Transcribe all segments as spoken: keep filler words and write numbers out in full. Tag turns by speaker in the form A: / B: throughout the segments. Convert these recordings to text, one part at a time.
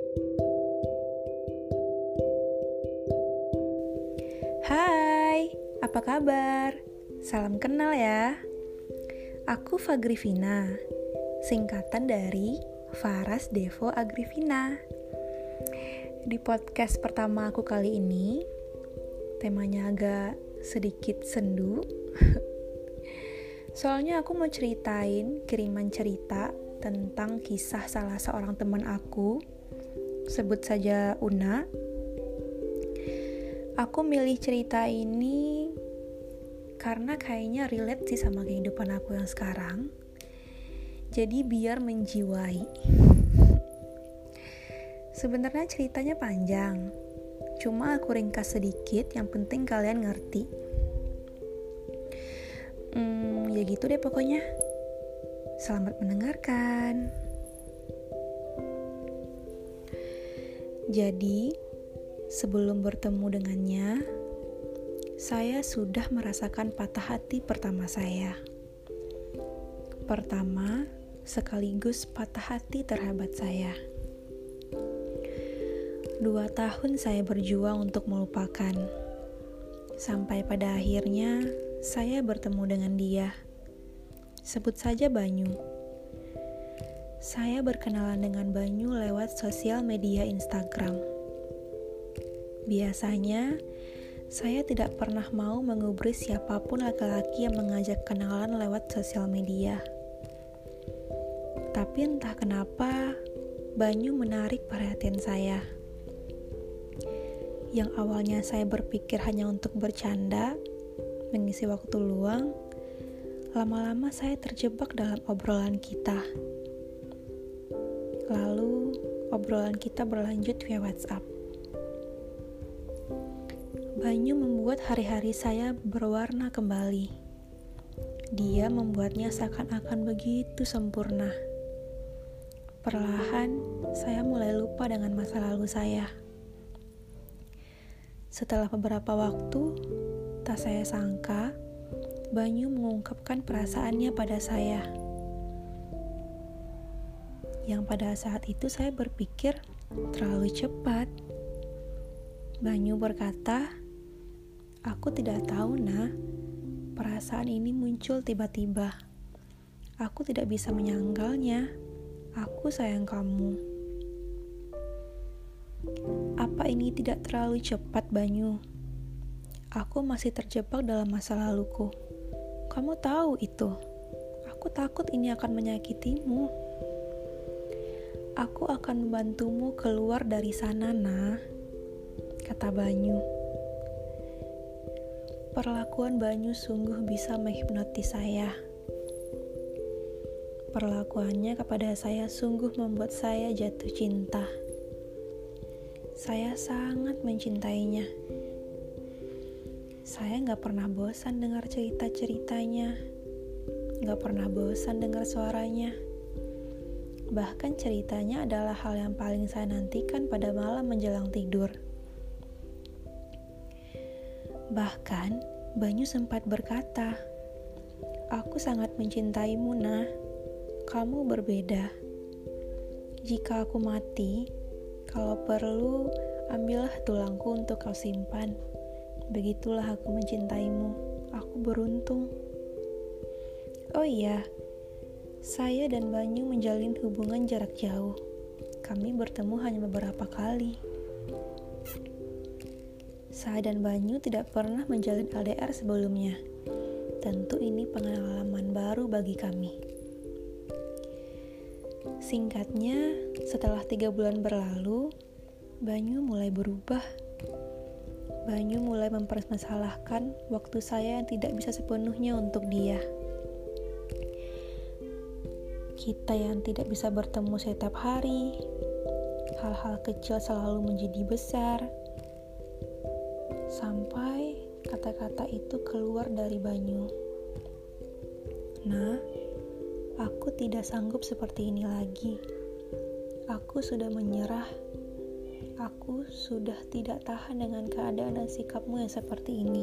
A: Hai, apa kabar? Salam kenal ya. Aku Fagrifina, singkatan dari Faras Devo Agrifina. Di podcast pertama aku kali ini, temanya agak sedikit sendu. Soalnya aku mau ceritain kiriman cerita tentang kisah salah seorang teman aku, sebut saja Una. Aku milih cerita ini karena kayaknya relate sih sama kehidupan aku yang sekarang. Jadi biar menjiwai. Sebenarnya ceritanya panjang, cuma aku ringkas sedikit, yang penting kalian ngerti. Hmm, ya gitu deh pokoknya. Selamat mendengarkan. Jadi, sebelum bertemu dengannya, saya sudah merasakan patah hati pertama saya. Pertama, sekaligus patah hati terhebat saya. Dua tahun saya berjuang untuk melupakan. Sampai pada akhirnya, saya bertemu dengan dia. Sebut saja Banyu. Saya berkenalan dengan Banyu lewat sosial media Instagram. Biasanya, saya tidak pernah mau mengubris siapapun laki-laki yang mengajak kenalan lewat sosial media. Tapi entah kenapa, Banyu menarik perhatian saya. Yang awalnya saya berpikir hanya untuk bercanda, mengisi waktu luang, lama-lama saya terjebak dalam obrolan kita. Lalu, obrolan kita berlanjut via WhatsApp. Banyu membuat hari-hari saya berwarna kembali. Dia membuatnya seakan-akan begitu sempurna. Perlahan, saya mulai lupa dengan masa lalu saya. Setelah beberapa waktu, tak saya sangka, Banyu mengungkapkan perasaannya pada saya. Yang pada saat itu saya berpikir terlalu cepat. Banyu berkata, "Aku tidak tahu, Nah. Perasaan ini muncul tiba-tiba. Aku tidak bisa menyangkalnya. Aku sayang kamu." Apa ini tidak terlalu cepat, Banyu? Aku masih terjebak dalam masa laluku. Kamu tahu itu. Aku takut ini akan menyakitimu. Aku akan membantumu keluar dari sana, Nah, kata Banyu. Perlakuan Banyu sungguh bisa menghipnotis saya. Perlakuannya kepada saya sungguh membuat saya jatuh cinta. Saya sangat mencintainya. Saya gak pernah bosan dengar cerita-ceritanya. Gak pernah bosan dengar suaranya. Bahkan ceritanya adalah hal yang paling saya nantikan pada malam menjelang tidur. Bahkan, Banyu sempat berkata, "Aku sangat mencintaimu, Nah. Kamu berbeda. Jika aku mati, kalau perlu, ambillah tulangku untuk kau simpan. Begitulah aku mencintaimu. Aku beruntung." Oh iya, saya dan Banyu menjalin hubungan jarak jauh. Kami bertemu hanya beberapa kali. Saya dan Banyu tidak pernah menjalin L D R sebelumnya. Tentu ini pengalaman baru bagi kami. Singkatnya, setelah tiga bulan berlalu, Banyu mulai berubah. Banyu mulai mempermasalahkan waktu saya yang tidak bisa sepenuhnya untuk dia. Kita yang tidak bisa bertemu setiap hari, hal-hal kecil selalu menjadi besar, sampai kata-kata itu keluar dari Banyu. "Nah, aku tidak sanggup seperti ini lagi. Aku sudah menyerah. Aku sudah tidak tahan dengan keadaan dan sikapmu yang seperti ini."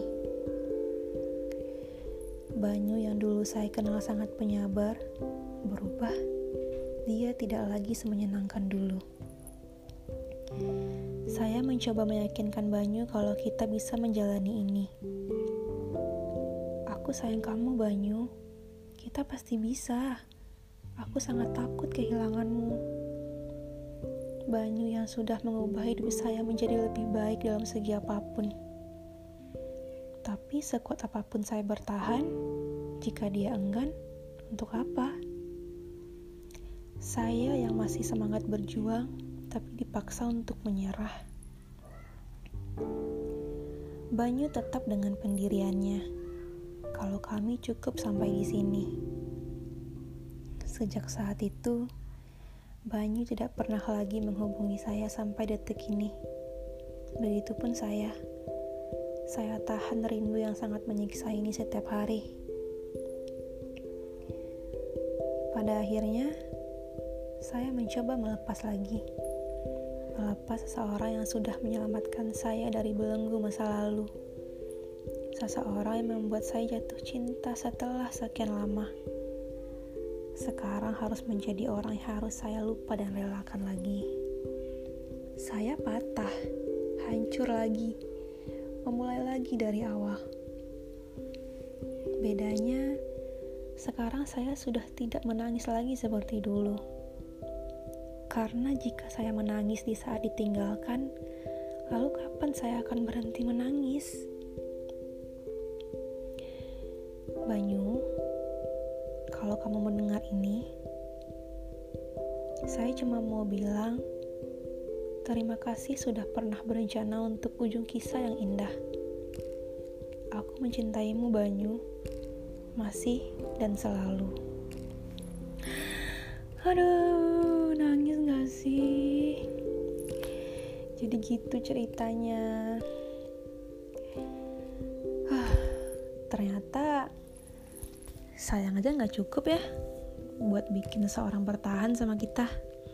A: Banyu yang dulu saya kenal sangat penyabar, berubah. Dia tidak lagi semenyenangkan dulu. Saya mencoba meyakinkan Banyu kalau kita bisa menjalani ini. Aku sayang kamu, Banyu. Kita pasti bisa. Aku sangat takut kehilanganmu. Banyu yang sudah mengubah hidup saya menjadi lebih baik dalam segi apapun. Tapi sekuat apapun saya bertahan, jika dia enggan, untuk apa? Saya yang masih semangat berjuang, tapi dipaksa untuk menyerah. Banyu tetap dengan pendiriannya. Kalau kami cukup sampai di sini. Sejak saat itu, Banyu tidak pernah lagi menghubungi saya sampai detik ini. Begitupun saya. Saya tahan rindu yang sangat menyiksa ini setiap hari. Pada akhirnya, saya mencoba melepas lagi. Melepas seseorang yang sudah menyelamatkan saya dari belenggu masa lalu. Seseorang yang membuat saya jatuh cinta setelah sekian lama. Sekarang harus menjadi orang yang harus saya lupa dan relakan lagi. Saya patah, hancur lagi, memulai lagi dari awal. Bedanya, sekarang saya sudah tidak menangis lagi seperti dulu. Karena jika saya menangis di saat ditinggalkan, lalu kapan saya akan berhenti menangis? Banyu, kalau kamu mendengar ini, saya cuma mau bilang, terima kasih sudah pernah berencana untuk ujung kisah yang indah. Aku mencintaimu, Banyu, masih dan selalu. Aduh, nangis gak sih? Jadi gitu ceritanya. Ah, ternyata sayang aja gak cukup ya buat bikin seorang bertahan sama kita.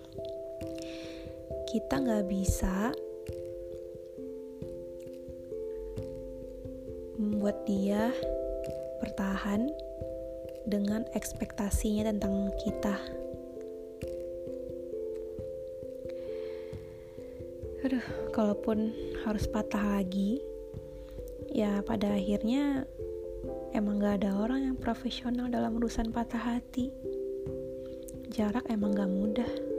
A: Kita gak bisa membuat dia bertahan dengan ekspektasinya tentang kita. Aduh, kalaupun harus patah lagi, ya pada akhirnya emang gak ada orang yang profesional dalam urusan patah hati. Jarak emang gak mudah.